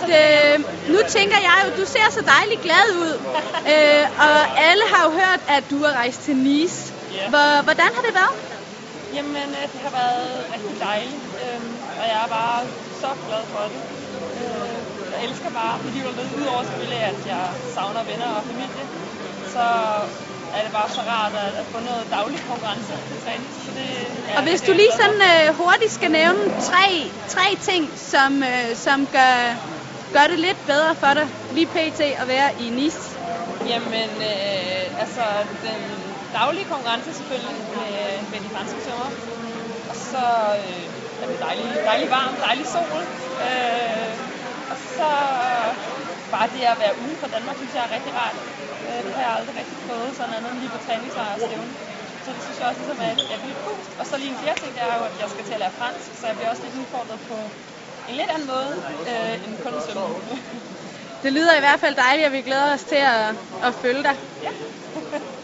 nu tænker jeg jo, du ser så dejligt glad ud, og alle har jo hørt, at du er rejst til Nice. Ja. Hvordan har det været? Jamen, det har været rigtig dejligt, og jeg er bare så glad for det. Jeg elsker bare mit liv dernede, udover selvfølgelig, at jeg savner venner og familie, så er det bare så rart at få noget daglig konkurrence til træning. Så det er, og hvis du lige sådan hurtigt skal nævne tre ting, som gør det lidt bedre for dig, lige pt. At være i Nice. Jamen, altså den daglige konkurrence selvfølgelig med de franske svømmer. Og så er det dejlig varmt, dejlig sol. Og så bare det at være ude for Danmark, synes jeg er rigtig rart. Det har jeg aldrig rigtig prøvet sådan andet lige på træningslejr og stævne. Så det synes jeg også ligesom er et vildt boost. Og så lige en fjerde ting, det er jo, at jeg skal til at lære fransk, så jeg bliver også lidt udfordret på en lidt anden måde end kun at svømme. Det lyder i hvert fald dejligt, og vi glæder os til at følge dig. Ja.